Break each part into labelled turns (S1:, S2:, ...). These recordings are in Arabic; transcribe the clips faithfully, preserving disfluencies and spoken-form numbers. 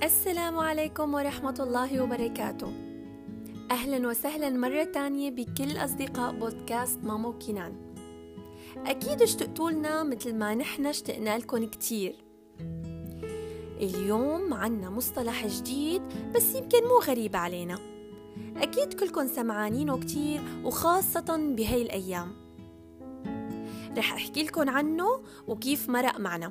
S1: السلام عليكم ورحمة الله وبركاته. أهلا وسهلا مرة تانية بكل أصدقاء بودكاست ماما وكنان. أكيد اشتقتوا لنا مثل ما نحن اشتقنا لكم كتير. اليوم عنا مصطلح جديد بس يمكن مو غريب علينا، أكيد كلكم سمعانينه كتير وخاصة بهاي الأيام. رح أحكي لكم عنه وكيف مرق معنا.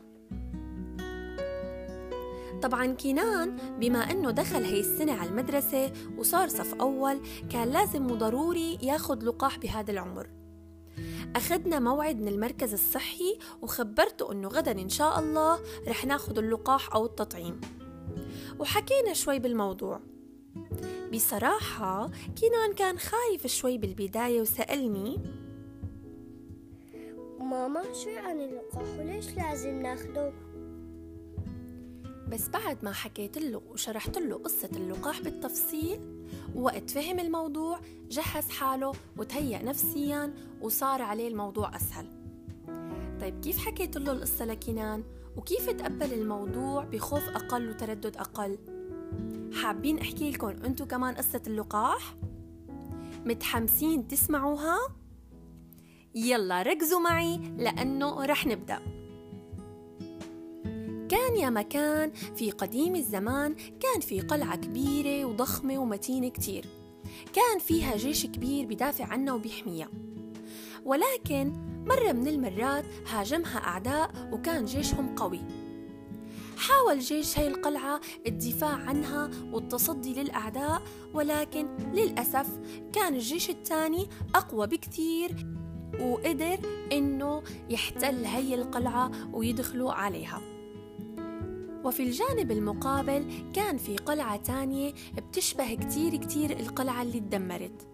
S1: طبعاً كنان بما أنه دخل هاي السنة على المدرسة وصار صف أول كان لازم وضروري ياخد لقاح بهذا العمر. أخذنا موعد من المركز الصحي وخبرته أنه غدا إن شاء الله رح ناخد اللقاح أو التطعيم، وحكينا شوي بالموضوع. بصراحة كنان كان خايف شوي بالبداية وسألني:
S2: ماما شو يعني اللقاح وليش لازم ناخده؟
S1: بس بعد ما حكيت له وشرحت له قصة اللقاح بالتفصيل، ووقت فهم الموضوع جهز حاله وتهيأ نفسيا وصار عليه الموضوع أسهل. طيب كيف حكيت له القصة لكنان وكيف تقبل الموضوع بخوف أقل وتردد أقل؟ حابين أحكي لكم أنتو كمان قصة اللقاح؟ متحمسين تسمعوها؟ يلا ركزوا معي لأنه رح نبدأ. كان يا مكان في قديم الزمان كان في قلعة كبيرة وضخمة ومتينة كتير، كان فيها جيش كبير بدافع عنها وبيحميها. ولكن مرة من المرات هاجمها أعداء وكان جيشهم قوي. حاول جيش هاي القلعة الدفاع عنها والتصدي للأعداء، ولكن للأسف كان الجيش الثاني أقوى بكتير وقدر إنه يحتل هاي القلعة ويدخلوا عليها. وفي الجانب المقابل كان في قلعة تانية بتشبه كتير كتير القلعة اللي اتدمرت.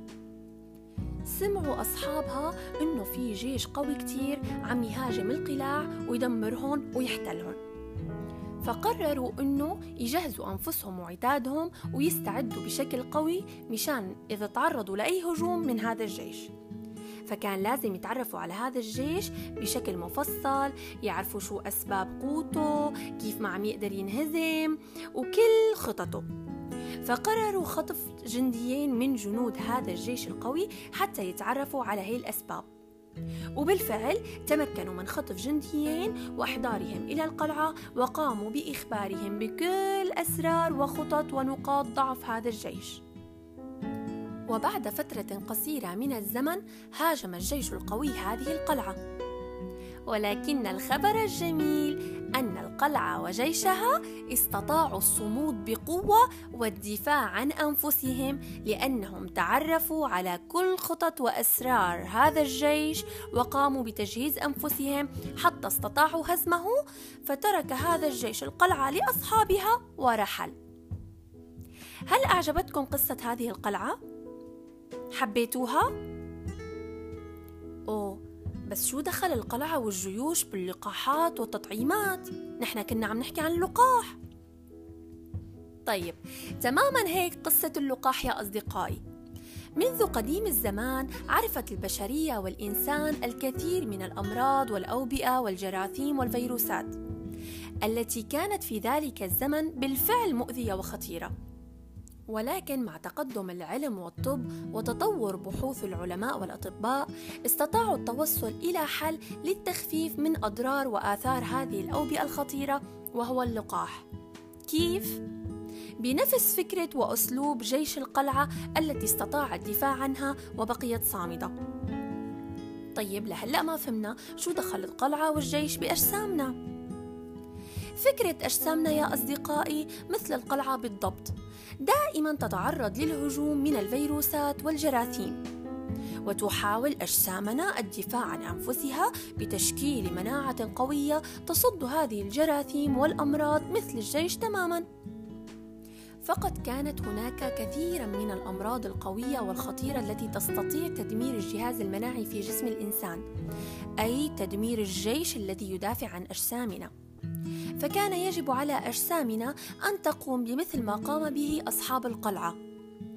S1: سمعوا أصحابها إنه في جيش قوي كتير عم يهاجم القلاع ويدمرهم ويحتلهم، فقرروا إنه يجهزوا أنفسهم وعتادهم ويستعدوا بشكل قوي مشان إذا تعرضوا لأي هجوم من هذا الجيش. فكان لازم يتعرفوا على هذا الجيش بشكل مفصل، يعرفوا شو أسباب قوته، كيف ما عم يقدر ينهزم وكل خططه. فقرروا خطف جنديين من جنود هذا الجيش القوي حتى يتعرفوا على هاي الأسباب. وبالفعل تمكنوا من خطف جنديين وإحضارهم إلى القلعة وقاموا بإخبارهم بكل أسرار وخطط ونقاط ضعف هذا الجيش. وبعد فترة قصيرة من الزمن هاجم الجيش القوي هذه القلعة، ولكن الخبر الجميل أن القلعة وجيشها استطاعوا الصمود بقوة والدفاع عن أنفسهم، لأنهم تعرفوا على كل خطط وأسرار هذا الجيش وقاموا بتجهيز أنفسهم حتى استطاعوا هزمه. فترك هذا الجيش القلعة لأصحابها ورحل. هل أعجبتكم قصة هذه القلعة؟ حبيتوها؟ أوه، بس شو دخل القلعة والجيوش باللقاحات والتطعيمات؟ نحن كنا عم نحكي عن اللقاح. طيب تماما هيك قصة اللقاح يا أصدقائي. منذ قديم الزمان عرفت البشرية والإنسان الكثير من الأمراض والأوبئة والجراثيم والفيروسات التي كانت في ذلك الزمن بالفعل مؤذية وخطيرة. ولكن مع تقدم العلم والطب وتطور بحوث العلماء والأطباء استطاعوا التوصل إلى حل للتخفيف من أضرار وآثار هذه الأوبئة الخطيرة، وهو اللقاح. كيف؟ بنفس فكرة وأسلوب جيش القلعة التي استطاع الدفاع عنها وبقيت صامدة. طيب لهلأ ما فهمنا شو دخل القلعة والجيش بأجسامنا. فكرة أجسامنا يا أصدقائي مثل القلعة بالضبط، دائما تتعرض للهجوم من الفيروسات والجراثيم، وتحاول أجسامنا الدفاع عن أنفسها بتشكيل مناعة قوية تصد هذه الجراثيم والأمراض مثل الجيش تماما. فقد كانت هناك كثيرا من الأمراض القوية والخطيرة التي تستطيع تدمير الجهاز المناعي في جسم الإنسان، أي تدمير الجيش الذي يدافع عن أجسامنا. فكان يجب على أجسامنا أن تقوم بمثل ما قام به أصحاب القلعة،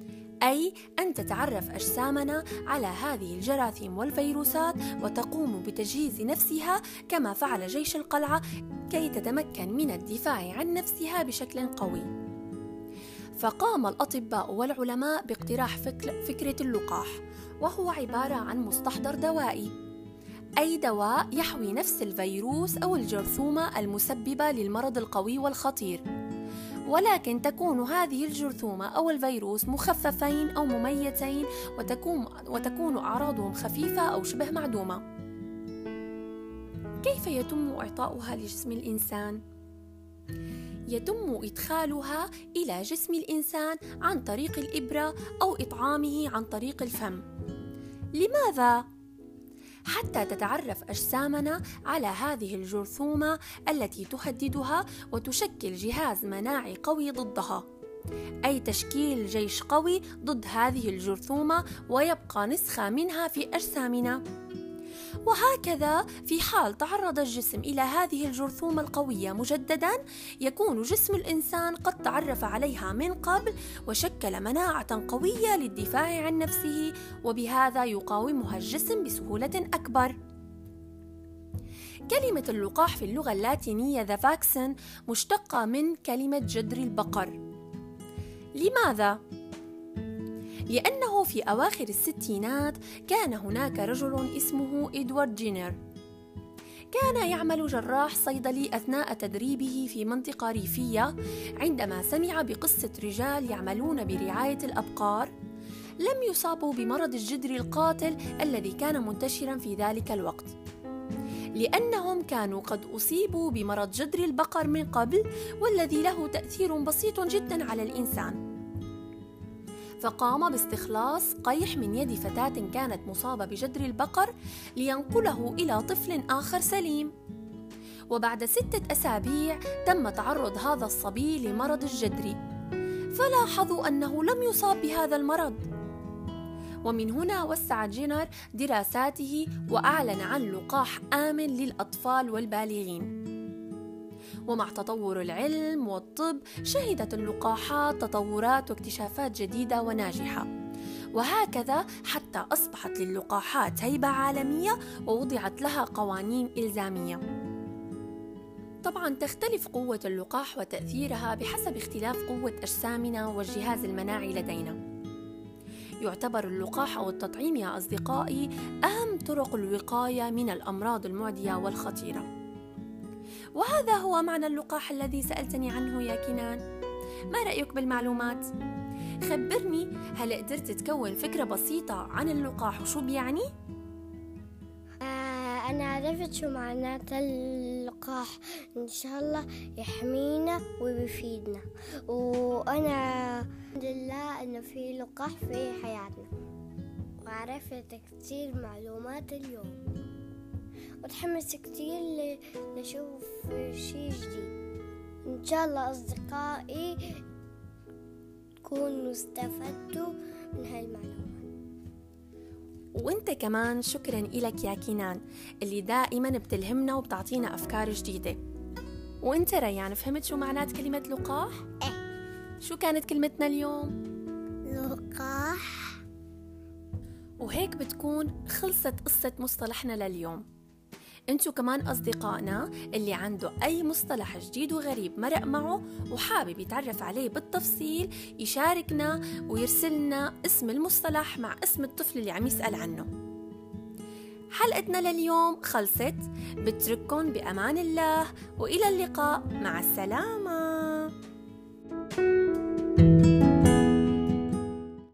S1: أي أن تتعرف أجسامنا على هذه الجراثيم والفيروسات وتقوم بتجهيز نفسها كما فعل جيش القلعة كي تتمكن من الدفاع عن نفسها بشكل قوي. فقام الأطباء والعلماء باقتراح فكرة اللقاح، وهو عبارة عن مستحضر دوائي، أي دواء يحوي نفس الفيروس أو الجرثومة المسببة للمرض القوي والخطير، ولكن تكون هذه الجرثومة أو الفيروس مخففين أو مميتين، وتكون, وتكون أعراضهم خفيفة أو شبه معدومة. كيف يتم إعطاؤها لجسم الإنسان؟ يتم إدخالها إلى جسم الإنسان عن طريق الإبرة أو إطعامه عن طريق الفم. لماذا؟ حتى تتعرف أجسامنا على هذه الجرثومة التي تهددها وتشكل جهاز مناعي قوي ضدها، أي تشكيل جيش قوي ضد هذه الجرثومة ويبقى نسخة منها في أجسامنا. وهكذا في حال تعرض الجسم إلى هذه الجرثومة القوية مجددا، يكون جسم الإنسان قد تعرف عليها من قبل وشكل مناعة قوية للدفاع عن نفسه، وبهذا يقاومها الجسم بسهولة أكبر. كلمة اللقاح في اللغة اللاتينية the vaccine مشتقة من كلمة جدري البقر. لماذا؟ لأنه في أواخر الستينات كان هناك رجل اسمه إدوارد جينر، كان يعمل جراح صيدلي أثناء تدريبه في منطقة ريفية، عندما سمع بقصة رجال يعملون برعاية الأبقار لم يصابوا بمرض الجدري القاتل الذي كان منتشرا في ذلك الوقت، لأنهم كانوا قد أصيبوا بمرض جدري البقر من قبل، والذي له تأثير بسيط جدا على الإنسان. فقام باستخلاص قيح من يد فتاة كانت مصابة بجدري البقر لينقله إلى طفل آخر سليم، وبعد ستة أسابيع تم تعرض هذا الصبي لمرض الجدري، فلاحظوا أنه لم يصاب بهذا المرض. ومن هنا وسع جينر دراساته وأعلن عن لقاح آمن للأطفال والبالغين. ومع تطور العلم والطب شهدت اللقاحات تطورات واكتشافات جديدة وناجحة، وهكذا حتى أصبحت للقاحات هيبة عالمية ووضعت لها قوانين إلزامية. طبعا تختلف قوة اللقاح وتأثيرها بحسب اختلاف قوة أجسامنا والجهاز المناعي لدينا. يعتبر اللقاح أو التطعيم يا أصدقائي أهم طرق الوقاية من الأمراض المعدية والخطيرة. وهذا هو معنى اللقاح الذي سألتني عنه يا كنان. ما رأيك بالمعلومات؟ خبرني، هل قدرت تكون فكرة بسيطة عن اللقاح وشو بيعني؟
S2: آه أنا عرفت شو معنات اللقاح، إن شاء الله يحمينا ويفيدنا، وأنا الحمد لله إنه في لقاح في حياتنا، وعرفت كتير معلومات اليوم، وتحمس كتير لشوف شيء جديد. إن شاء الله أصدقائي تكونوا استفدتوا من هاي المعلومات.
S1: وانت كمان شكرا إلك يا كنان اللي دائما بتلهمنا وبتعطينا أفكار جديدة. وانت ريان، فهمت شو معنات كلمة لقاح؟
S2: ايه.
S1: شو كانت كلمتنا اليوم؟
S2: لقاح.
S1: وهيك بتكون خلصت قصة مصطلحنا لليوم. انتو كمان أصدقائنا اللي عنده أي مصطلح جديد وغريب مرق معه وحابب يتعرف عليه بالتفصيل يشاركنا ويرسلنا اسم المصطلح مع اسم الطفل اللي عم يسأل عنه. حلقتنا لليوم خلصت، بترككن بأمان الله وإلى اللقاء، مع السلامة.